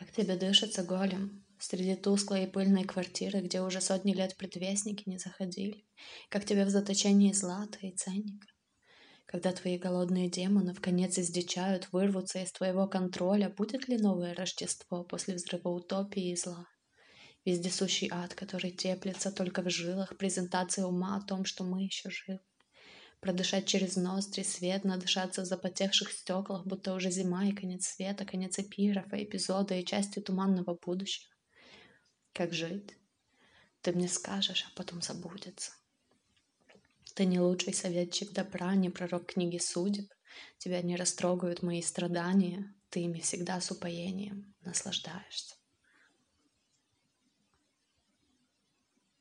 Как тебе дышится, голем, среди тусклой и пыльной квартиры, где уже сотни лет предвестники не заходили? Как тебе в заточении злата и ценника? Когда твои голодные демоны вконец издичают, вырвутся из твоего контроля, будет ли новое Рождество после взрыва утопии и зла? Вездесущий ад, который теплится только в жилах, презентация ума о том, что мы еще живы. Продышать через ноздри свет, надышаться в запотевших стеклах, будто уже зима и конец света, конец эпиграфа, эпизода и части туманного будущего. Как жить? Ты мне скажешь, а потом забудется. Ты не лучший советчик добра, не пророк книги судеб. Тебя не растрогают мои страдания, ты ими всегда с упоением наслаждаешься.